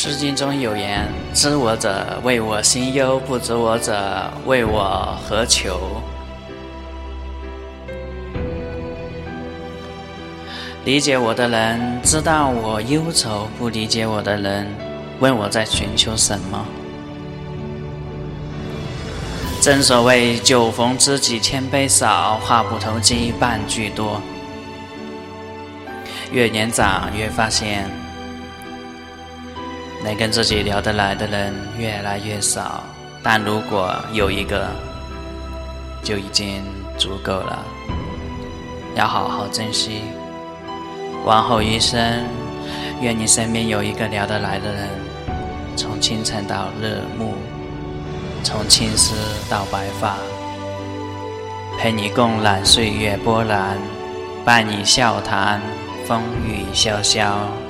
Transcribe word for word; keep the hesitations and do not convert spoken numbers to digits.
诗经中有言：知我者谓我心忧，不知我者谓我何求。理解我的人知道我忧愁，不理解我的人问我在寻求什么。正所谓酒逢知己千杯少，话不投机半句多。越年长越发现能跟自己聊得来的人越来越少，但如果有一个就已经足够了，要好好珍惜。往后余生，愿你身边有一个聊得来的人，从清晨到日暮，从青丝到白发，陪你共览岁月波澜，伴你笑谈风雨潇潇。